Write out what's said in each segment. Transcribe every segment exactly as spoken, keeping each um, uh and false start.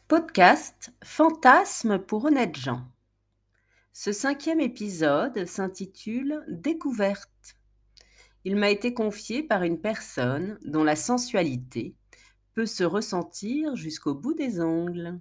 Podcast Fantasmes pour honnêtes gens. Ce cinquième épisode s'intitule Découverte. Il m'a été confié par une personne dont la sensualité peut se ressentir jusqu'au bout des ongles.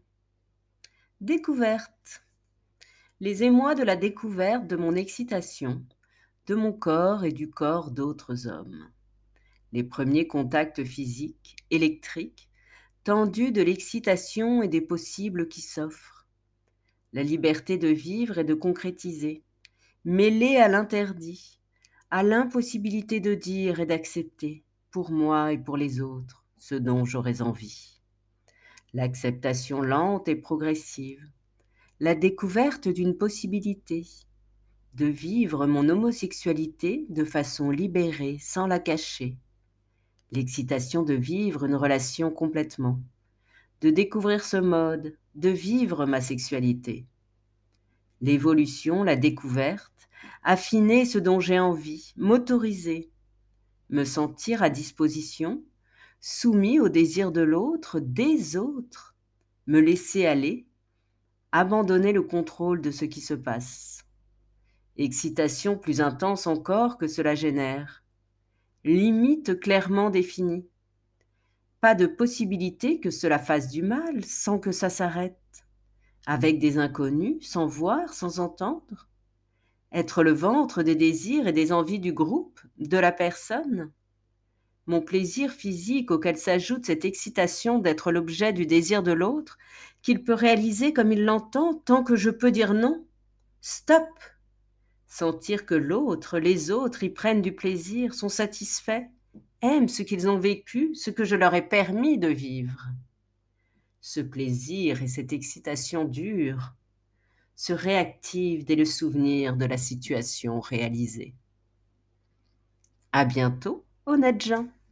Découverte. Les émois de la découverte de mon excitation, de mon corps et du corps d'autres hommes. Les premiers contacts physiques, électriques, tendus de l'excitation et des possibles qui s'offrent. La liberté de vivre et de concrétiser, mêlée à l'interdit, à l'impossibilité de dire et d'accepter, pour moi et pour les autres, ce dont j'aurais envie. L'acceptation lente et progressive, la découverte d'une possibilité, de vivre mon homosexualité de façon libérée, sans la cacher, l'excitation de vivre une relation complètement, de découvrir ce mode, de vivre ma sexualité. L'évolution, la découverte, affiner ce dont j'ai envie, m'autoriser, me sentir à disposition, soumis au désir de l'autre, des autres, me laisser aller, abandonner le contrôle de ce qui se passe. Excitation plus intense encore que cela génère, limite clairement définie. Pas de possibilité que cela fasse du mal sans que ça s'arrête, avec des inconnus, sans voir, sans entendre. Être le ventre des désirs et des envies du groupe, de la personne. Mon plaisir physique auquel s'ajoute cette excitation d'être l'objet du désir de l'autre, qu'il peut réaliser comme il l'entend tant que je peux dire non. Stop! Sentir que l'autre, les autres y prennent du plaisir, sont satisfaits, aiment ce qu'ils ont vécu, ce que je leur ai permis de vivre. Ce plaisir et cette excitation durent, se réactivent dès le souvenir de la situation réalisée. À bientôt, honnêtes gens.